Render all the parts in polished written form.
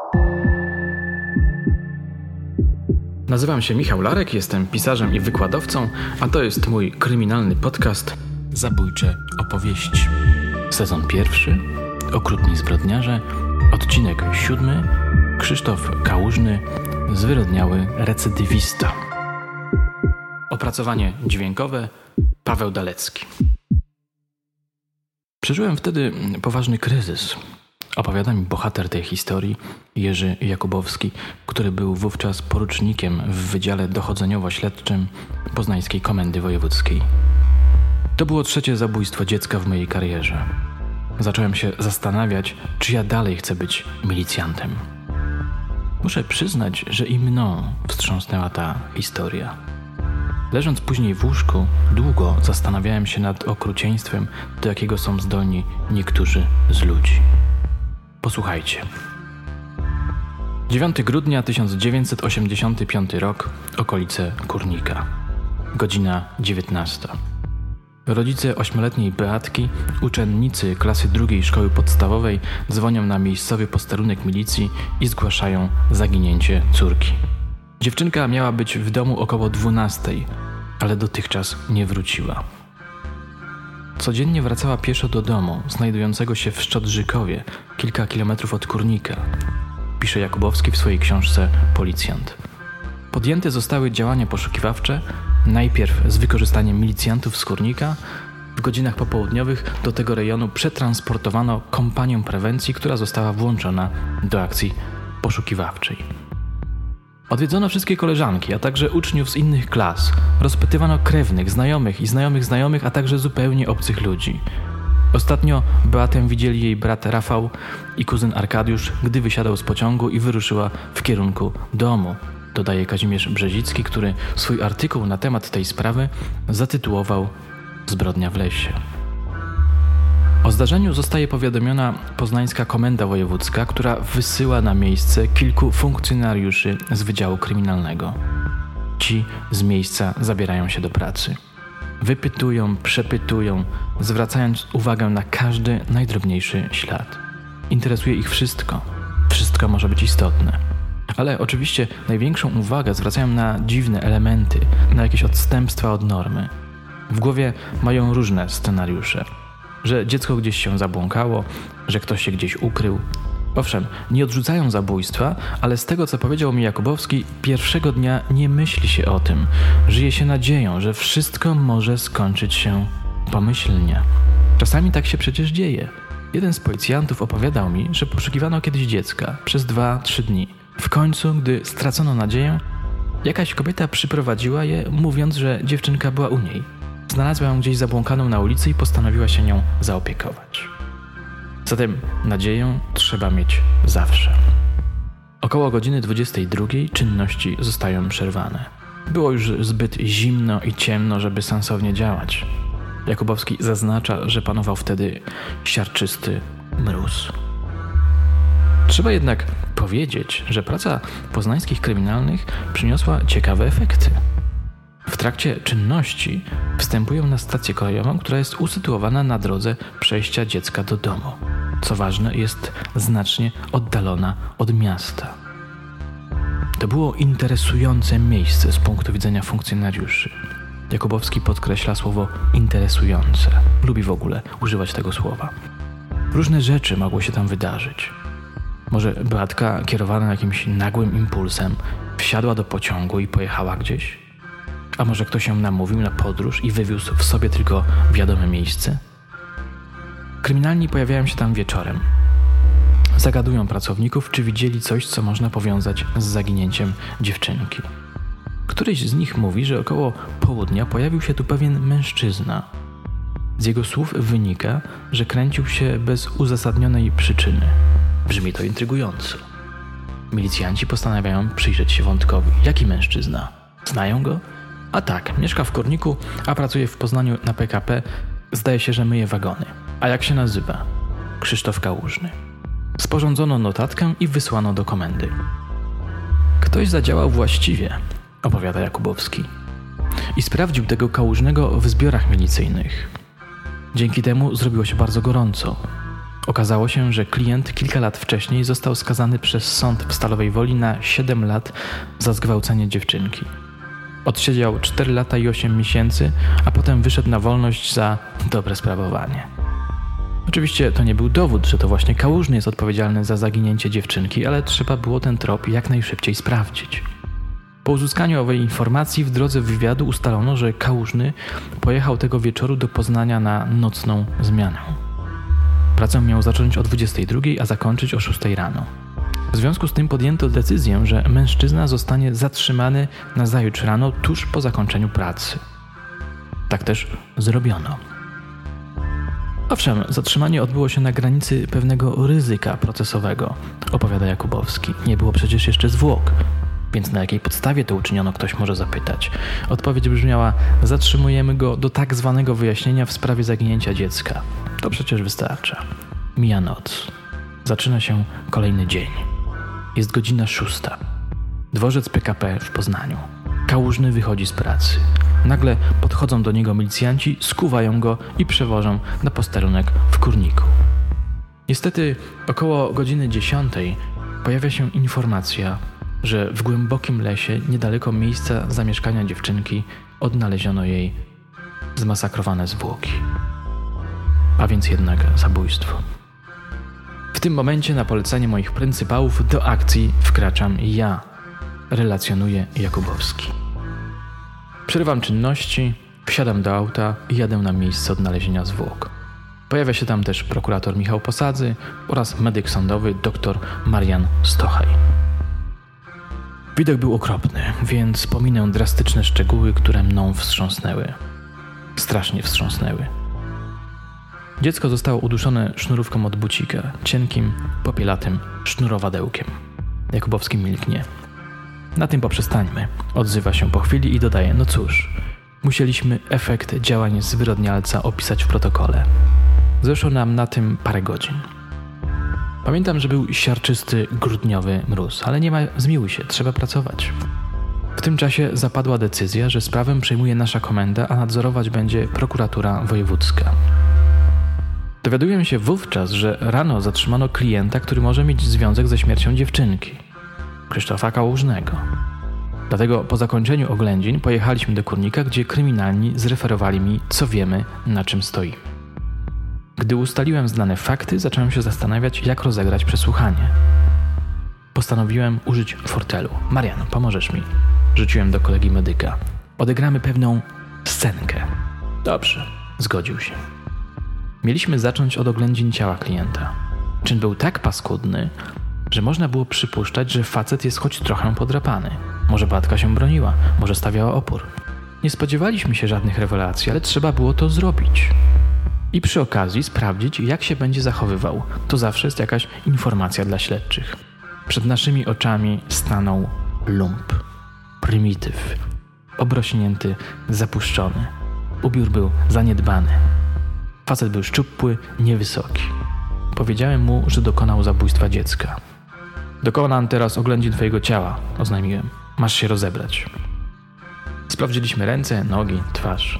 Nazywam się Michał Larek, jestem pisarzem i wykładowcą, a to jest mój kryminalny podcast Zabójcze opowieści. Sezon 1, Okrutni zbrodniarze, odcinek 7, Krzysztof Kałużny, zwyrodniały recydywista. Opracowanie dźwiękowe, Paweł Dalecki. Przeżyłem wtedy poważny kryzys. Opowiada mi bohater tej historii, Jerzy Jakubowski, który był wówczas porucznikiem w Wydziale Dochodzeniowo-Śledczym Poznańskiej Komendy Wojewódzkiej. To było 3. zabójstwo dziecka w mojej karierze. Zacząłem się zastanawiać, czy ja dalej chcę być milicjantem. Muszę przyznać, że i mną wstrząsnęła ta historia. Leżąc później w łóżku, długo zastanawiałem się nad okrucieństwem, do jakiego są zdolni niektórzy z ludzi. Posłuchajcie. 9 grudnia 1985 rok, okolice Kurnika. Godzina 19. Rodzice 8-letniej Beatki, uczennicy klasy 2 szkoły podstawowej, dzwonią na miejscowy posterunek milicji i zgłaszają zaginięcie córki. Dziewczynka miała być w domu około 12, ale dotychczas nie wróciła. Codziennie wracała pieszo do domu, znajdującego się w Szczodrzykowie, kilka kilometrów od Kurnika, pisze Jakubowski w swojej książce Policjant. Podjęte zostały działania poszukiwawcze, najpierw z wykorzystaniem milicjantów z Kurnika. W godzinach popołudniowych do tego rejonu przetransportowano kompanię prewencji, która została włączona do akcji poszukiwawczej. Odwiedzono wszystkie koleżanki, a także uczniów z innych klas. Rozpytywano krewnych, znajomych i znajomych, a także zupełnie obcych ludzi. Ostatnio Beatę widzieli jej brat Rafał i kuzyn Arkadiusz, gdy wysiadał z pociągu i wyruszyła w kierunku domu, dodaje Kazimierz Brzezicki, który swój artykuł na temat tej sprawy zatytułował Zbrodnia w lesie. O zdarzeniu zostaje powiadomiona Poznańska Komenda Wojewódzka, która wysyła na miejsce kilku funkcjonariuszy z Wydziału Kryminalnego. Ci z miejsca zabierają się do pracy. Wypytują, przepytują, zwracając uwagę na każdy najdrobniejszy ślad. Interesuje ich wszystko. Wszystko może być istotne. Ale oczywiście największą uwagę zwracają na dziwne elementy, na jakieś odstępstwa od normy. W głowie mają różne scenariusze. Że dziecko gdzieś się zabłąkało, że ktoś się gdzieś ukrył. Owszem, nie odrzucają zabójstwa, ale z tego, co powiedział mi Jakubowski, pierwszego dnia nie myśli się o tym. Żyje się nadzieją, że wszystko może skończyć się pomyślnie. Czasami tak się przecież dzieje. Jeden z policjantów opowiadał mi, że poszukiwano kiedyś dziecka przez 2-3 dni. W końcu, gdy stracono nadzieję, jakaś kobieta przyprowadziła je, mówiąc, że dziewczynka była u niej. Znalazła ją gdzieś zabłąkaną na ulicy i postanowiła się nią zaopiekować. Zatem nadzieję trzeba mieć zawsze. Około godziny 22 czynności zostają przerwane. Było już zbyt zimno i ciemno, żeby sensownie działać. Jakubowski zaznacza, że panował wtedy siarczysty mróz. Trzeba jednak powiedzieć, że praca poznańskich kryminalnych przyniosła ciekawe efekty. W trakcie czynności wstępują na stację kolejową, która jest usytuowana na drodze przejścia dziecka do domu. Co ważne, jest znacznie oddalona od miasta. To było interesujące miejsce z punktu widzenia funkcjonariuszy. Jakubowski podkreśla słowo interesujące. Lubi w ogóle używać tego słowa. Różne rzeczy mogły się tam wydarzyć. Może Beatka, kierowana jakimś nagłym impulsem, wsiadła do pociągu i pojechała gdzieś? A może ktoś ją namówił na podróż i wywiózł w sobie tylko wiadome miejsce? Kryminalni pojawiają się tam wieczorem. Zagadują pracowników, czy widzieli coś, co można powiązać z zaginięciem dziewczynki. Któryś z nich mówi, że około południa pojawił się tu pewien mężczyzna. Z jego słów wynika, że kręcił się bez uzasadnionej przyczyny. Brzmi to intrygująco. Milicjanci postanawiają przyjrzeć się wątkowi. Jaki mężczyzna? Znają go? A tak, mieszka w Kurniku, a pracuje w Poznaniu na PKP. Zdaje się, że myje wagony. A jak się nazywa? Krzysztof Kałużny. Sporządzono notatkę i wysłano do komendy. Ktoś zadziałał właściwie, opowiada Jakubowski. I sprawdził tego Kałużnego w zbiorach milicyjnych. Dzięki temu zrobiło się bardzo gorąco. Okazało się, że klient kilka lat wcześniej został skazany przez sąd w Stalowej Woli na 7 lat za zgwałcenie dziewczynki. Odsiedział 4 lata i 8 miesięcy, a potem wyszedł na wolność za dobre sprawowanie. Oczywiście to nie był dowód, że to właśnie Kałużny jest odpowiedzialny za zaginięcie dziewczynki, ale trzeba było ten trop jak najszybciej sprawdzić. Po uzyskaniu owej informacji w drodze wywiadu ustalono, że Kałużny pojechał tego wieczoru do Poznania na nocną zmianę. Pracę miał zacząć o 22, a zakończyć o 6 rano. W związku z tym podjęto decyzję, że mężczyzna zostanie zatrzymany nazajutrz rano tuż po zakończeniu pracy. Tak też zrobiono. Owszem, zatrzymanie odbyło się na granicy pewnego ryzyka procesowego, opowiada Jakubowski. Nie było przecież jeszcze zwłok, więc na jakiej podstawie to uczyniono, ktoś może zapytać. Odpowiedź brzmiała: zatrzymujemy go do tak zwanego wyjaśnienia w sprawie zaginięcia dziecka. To przecież wystarcza. Mija noc. Zaczyna się kolejny dzień. Jest godzina 6. Dworzec PKP w Poznaniu. Kałużny wychodzi z pracy. Nagle podchodzą do niego milicjanci, skuwają go i przewożą na posterunek w Kurniku. Niestety około godziny 10 pojawia się informacja, że w głębokim lesie, niedaleko miejsca zamieszkania dziewczynki, odnaleziono jej zmasakrowane zwłoki. A więc jednak zabójstwo. W tym momencie na polecenie moich pryncypałów do akcji wkraczam ja, relacjonuje Jakubowski. Przerywam czynności, wsiadam do auta i jadę na miejsce odnalezienia zwłok. Pojawia się tam też prokurator Michał Posadzy oraz medyk sądowy dr Marian Stochaj. Widok był okropny, więc pominę drastyczne szczegóły, które mną wstrząsnęły. Strasznie wstrząsnęły. Dziecko zostało uduszone sznurówką od bucika, cienkim, popielatym sznurowadełkiem. Jakubowski milknie. Na tym poprzestańmy, odzywa się po chwili i dodaje: no cóż, musieliśmy efekt działań zwyrodnialca opisać w protokole. Zeszło nam na tym parę godzin. Pamiętam, że był siarczysty, grudniowy mróz, ale nie ma zmiłuj się, trzeba pracować. W tym czasie zapadła decyzja, że sprawę przejmuje nasza komenda, a nadzorować będzie prokuratura wojewódzka. Dowiaduję się wówczas, że rano zatrzymano klienta, który może mieć związek ze śmiercią dziewczynki, Krzysztofa Kałużnego. Dlatego po zakończeniu oględzin pojechaliśmy do Kurnika, gdzie kryminalni zreferowali mi, co wiemy, na czym stoimy. Gdy ustaliłem znane fakty, zacząłem się zastanawiać, jak rozegrać przesłuchanie. Postanowiłem użyć fortelu. Marian, pomożesz mi? Rzuciłem do kolegi medyka. Odegramy pewną scenkę. Dobrze, zgodził się. Mieliśmy zacząć od oględzin ciała klienta. Czyn był tak paskudny, że można było przypuszczać, że facet jest choć trochę podrapany. Może Beatka się broniła, może stawiała opór. Nie spodziewaliśmy się żadnych rewelacji, ale trzeba było to zrobić. I przy okazji sprawdzić, jak się będzie zachowywał. To zawsze jest jakaś informacja dla śledczych. Przed naszymi oczami stanął lump. Prymityw. Obrośnięty, zapuszczony. Ubiór był zaniedbany. Facet był szczupły, niewysoki. Powiedziałem mu, że dokonał zabójstwa dziecka. Dokonam teraz oględzin twojego ciała, oznajmiłem. Masz się rozebrać. Sprawdziliśmy ręce, nogi, twarz.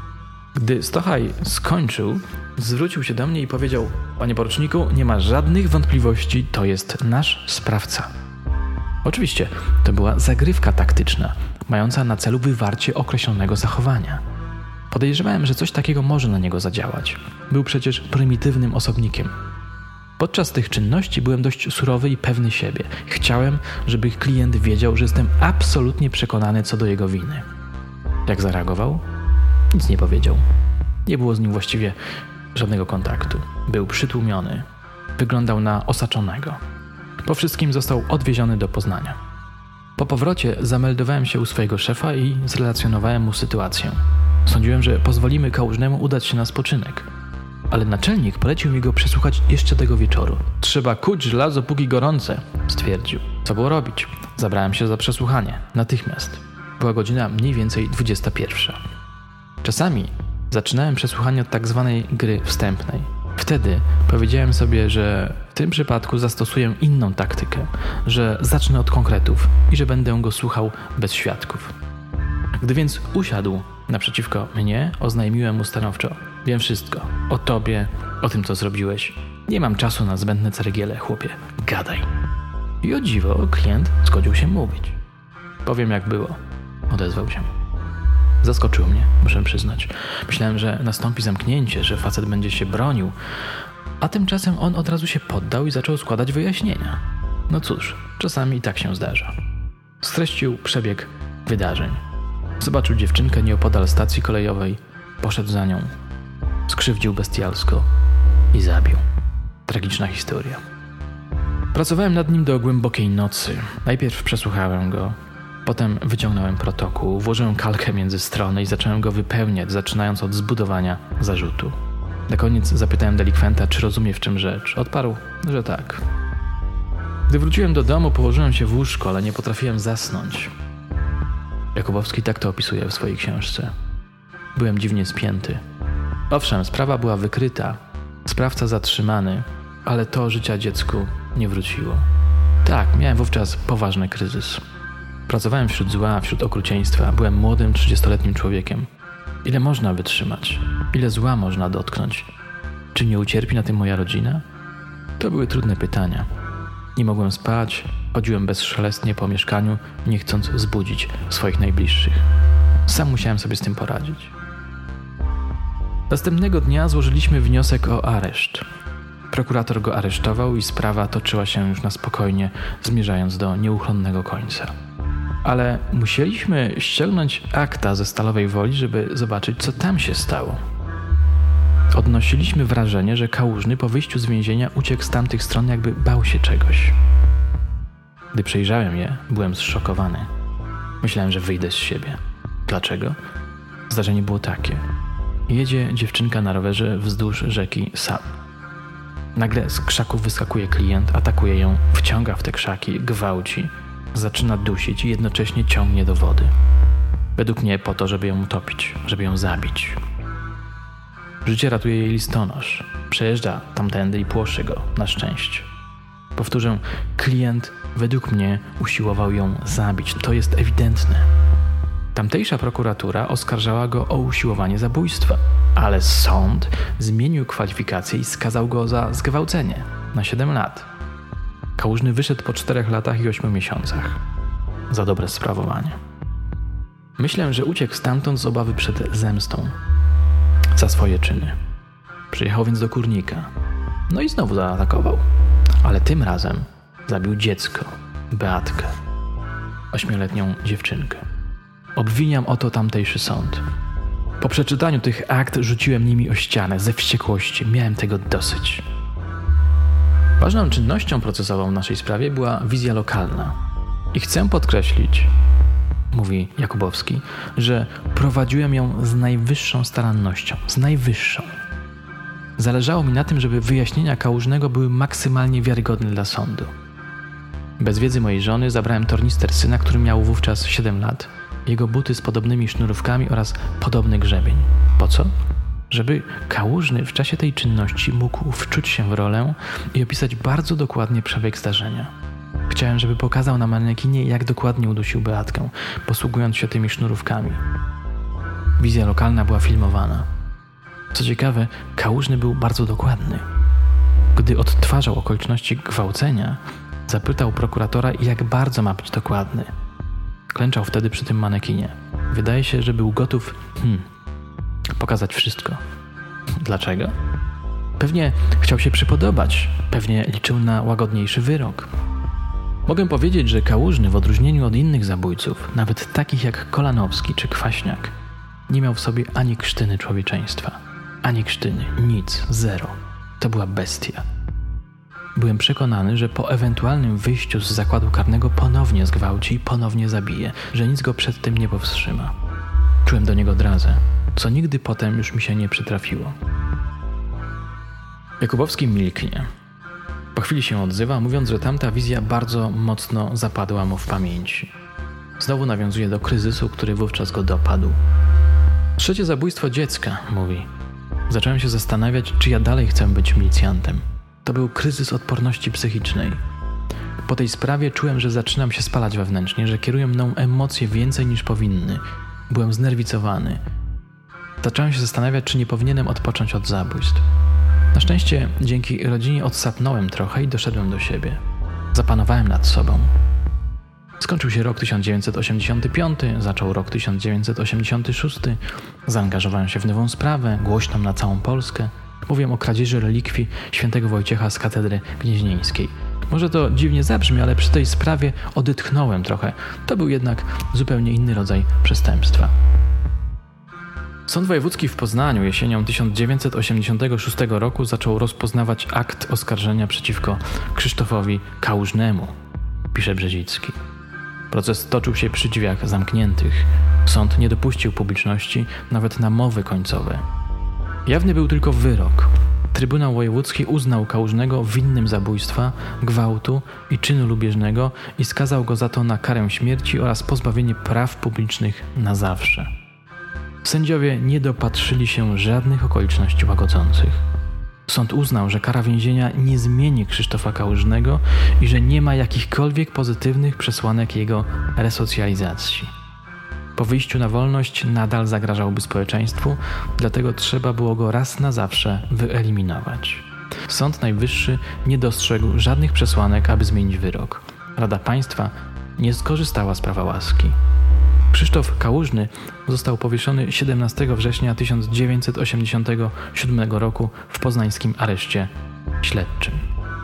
Gdy Stochaj skończył, zwrócił się do mnie i powiedział: panie poruczniku, nie ma żadnych wątpliwości, to jest nasz sprawca. Oczywiście, to była zagrywka taktyczna, mająca na celu wywarcie określonego zachowania. Podejrzewałem, że coś takiego może na niego zadziałać. Był przecież prymitywnym osobnikiem. Podczas tych czynności byłem dość surowy i pewny siebie. Chciałem, żeby klient wiedział, że jestem absolutnie przekonany co do jego winy. Jak zareagował? Nic nie powiedział. Nie było z nim właściwie żadnego kontaktu. Był przytłumiony. Wyglądał na osaczonego. Po wszystkim został odwieziony do Poznania. Po powrocie zameldowałem się u swojego szefa i zrelacjonowałem mu sytuację. Sądziłem, że pozwolimy Kałużnemu udać się na spoczynek. Ale naczelnik polecił mi go przesłuchać jeszcze tego wieczoru. Trzeba kuć żelazo póki gorące, stwierdził. Co było robić? Zabrałem się za przesłuchanie. Natychmiast. Była godzina mniej więcej 21. Czasami zaczynałem przesłuchanie od tak zwanej gry wstępnej. Wtedy powiedziałem sobie, że w tym przypadku zastosuję inną taktykę, że zacznę od konkretów i że będę go słuchał bez świadków. Gdy więc usiadł naprzeciwko mnie, oznajmiłem mu stanowczo: wiem wszystko o tobie, o tym, co zrobiłeś. Nie mam czasu na zbędne ceregiele, chłopie. Gadaj. I o dziwo, klient zgodził się mówić. Powiem jak było. Odezwał się. Zaskoczył mnie, muszę przyznać. Myślałem, że nastąpi zamknięcie, że facet będzie się bronił, a tymczasem on od razu się poddał i zaczął składać wyjaśnienia. No cóż, czasami i tak się zdarza. Streścił przebieg wydarzeń. Zobaczył dziewczynkę nieopodal stacji kolejowej, poszedł za nią, skrzywdził bestialsko i zabił. Tragiczna historia. Pracowałem nad nim do głębokiej nocy. Najpierw przesłuchałem go, potem wyciągnąłem protokół, włożyłem kalkę między strony i zacząłem go wypełniać, zaczynając od zbudowania zarzutu. Na koniec zapytałem delikwenta, czy rozumie, w czym rzecz. Odparł, że tak. Gdy wróciłem do domu, położyłem się w łóżko, ale nie potrafiłem zasnąć. Jakubowski tak to opisuje w swojej książce. Byłem dziwnie spięty. Owszem, sprawa była wykryta, sprawca zatrzymany, ale to życia dziecku nie wróciło. Tak, miałem wówczas poważny kryzys. Pracowałem wśród zła, wśród okrucieństwa. Byłem młodym, 30-letnim człowiekiem. Ile można wytrzymać? Ile zła można dotknąć? Czy nie ucierpi na tym moja rodzina? To były trudne pytania. Nie mogłem spać, chodziłem bezszelestnie po mieszkaniu, nie chcąc zbudzić swoich najbliższych. Sam musiałem sobie z tym poradzić. Następnego dnia złożyliśmy wniosek o areszt. Prokurator go aresztował i sprawa toczyła się już na spokojnie, zmierzając do nieuchronnego końca. Ale musieliśmy ściągnąć akta ze Stalowej Woli, żeby zobaczyć, co tam się stało. Odnosiliśmy wrażenie, że Kałużny po wyjściu z więzienia uciekł z tamtych stron, jakby bał się czegoś. Gdy przejrzałem je, byłem zszokowany. Myślałem, że wyjdę z siebie. Dlaczego? Zdarzenie było takie. Jedzie dziewczynka na rowerze wzdłuż rzeki sam. Nagle z krzaków wyskakuje klient, atakuje ją, wciąga w te krzaki, gwałci, zaczyna dusić i jednocześnie ciągnie do wody. Według mnie po to, żeby ją utopić, żeby ją zabić. Życie ratuje jej listonosz. Przejeżdża tamtędy i płoszy go, na szczęście. Powtórzę, klient według mnie usiłował ją zabić. To jest ewidentne. Tamtejsza prokuratura oskarżała go o usiłowanie zabójstwa, ale sąd zmienił kwalifikacje i skazał go za zgwałcenie na 7 lat. Kałużny wyszedł po 4 latach i 8 miesiącach. Za dobre sprawowanie. Myślę, że uciekł stamtąd z obawy przed zemstą. Za swoje czyny. Przyjechał więc do Kurnika. No i znowu zaatakował. Ale tym razem zabił dziecko, Beatkę, 8-letnią dziewczynkę. Obwiniam o to tamtejszy sąd. Po przeczytaniu tych akt rzuciłem nimi o ścianę ze wściekłości. Miałem tego dosyć. Ważną czynnością procesową w naszej sprawie była wizja lokalna. I chcę podkreślić, mówi Jakubowski, że prowadziłem ją z najwyższą starannością. Z najwyższą. Zależało mi na tym, żeby wyjaśnienia Kałużnego były maksymalnie wiarygodne dla sądu. Bez wiedzy mojej żony zabrałem tornister syna, który miał wówczas 7 lat, jego buty z podobnymi sznurówkami oraz podobny grzebień. Po co? Żeby Kałużny w czasie tej czynności mógł wczuć się w rolę i opisać bardzo dokładnie przebieg zdarzenia. Chciałem, żeby pokazał na manekinie, jak dokładnie udusił Beatkę, posługując się tymi sznurówkami. Wizja lokalna była filmowana. Co ciekawe, Kałużny był bardzo dokładny. Gdy odtwarzał okoliczności gwałcenia, zapytał prokuratora, jak bardzo ma być dokładny. Klęczał wtedy przy tym manekinie. Wydaje się, że był gotów pokazać wszystko. Dlaczego? Pewnie chciał się przypodobać. Pewnie liczył na łagodniejszy wyrok. Mogę powiedzieć, że Kałużny w odróżnieniu od innych zabójców, nawet takich jak Kolanowski czy Kwaśniak, nie miał w sobie ani krztyny człowieczeństwa. Ani krztyny. Nic. Zero. To była bestia. Byłem przekonany, że po ewentualnym wyjściu z zakładu karnego ponownie zgwałci i ponownie zabije, że nic go przed tym nie powstrzyma. Czułem do niego odrazę, co nigdy potem już mi się nie przytrafiło. Jakubowski milknie. Po chwili się odzywa, mówiąc, że tamta wizja bardzo mocno zapadła mu w pamięci. Znowu nawiązuje do kryzysu, który wówczas go dopadł. 3. zabójstwo dziecka, mówi. Zacząłem się zastanawiać, czy ja dalej chcę być milicjantem. To był kryzys odporności psychicznej. Po tej sprawie czułem, że zaczynam się spalać wewnętrznie, że kierują mną emocje więcej niż powinny. Byłem znerwicowany. Zacząłem się zastanawiać, czy nie powinienem odpocząć od zabójstw. Na szczęście dzięki rodzinie odsapnąłem trochę i doszedłem do siebie. Zapanowałem nad sobą. Skończył się rok 1985, zaczął rok 1986, zaangażowałem się w nową sprawę, głośną na całą Polskę. Mówię o kradzieży relikwii świętego Wojciecha z katedry gnieźnieńskiej. Może to dziwnie zabrzmi, ale przy tej sprawie odetchnąłem trochę. To był jednak zupełnie inny rodzaj przestępstwa. Sąd Wojewódzki w Poznaniu jesienią 1986 roku zaczął rozpoznawać akt oskarżenia przeciwko Krzysztofowi Kałużnemu, pisze Brzezicki. Proces toczył się przy drzwiach zamkniętych. Sąd nie dopuścił publiczności nawet na mowy końcowe. Jawny był tylko wyrok. Trybunał Wojewódzki uznał Kałużnego winnym zabójstwa, gwałtu i czynu lubieżnego i skazał go za to na karę śmierci oraz pozbawienie praw publicznych na zawsze. Sędziowie nie dopatrzyli się żadnych okoliczności łagodzących. Sąd uznał, że kara więzienia nie zmieni Krzysztofa Kałużnego i że nie ma jakichkolwiek pozytywnych przesłanek jego resocjalizacji. Po wyjściu na wolność nadal zagrażałby społeczeństwu, dlatego trzeba było go raz na zawsze wyeliminować. Sąd Najwyższy nie dostrzegł żadnych przesłanek, aby zmienić wyrok. Rada Państwa nie skorzystała z prawa łaski. Krzysztof Kałużny został powieszony 17 września 1987 roku w poznańskim areszcie śledczym.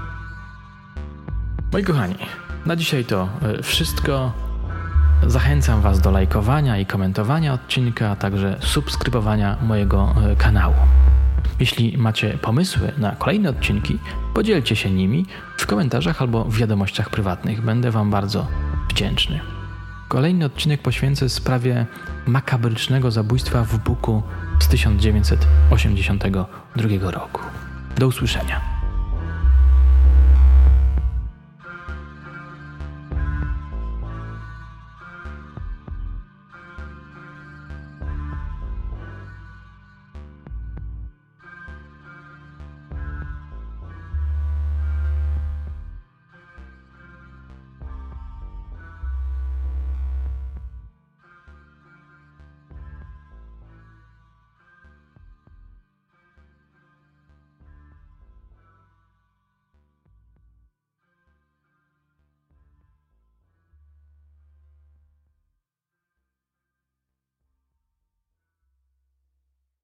Moi kochani, na dzisiaj to wszystko. Zachęcam Was do lajkowania i komentowania odcinka, a także subskrybowania mojego kanału. Jeśli macie pomysły na kolejne odcinki, podzielcie się nimi w komentarzach albo w wiadomościach prywatnych. Będę Wam bardzo wdzięczny. Kolejny odcinek poświęcę sprawie makabrycznego zabójstwa w Buku z 1982 roku. Do usłyszenia.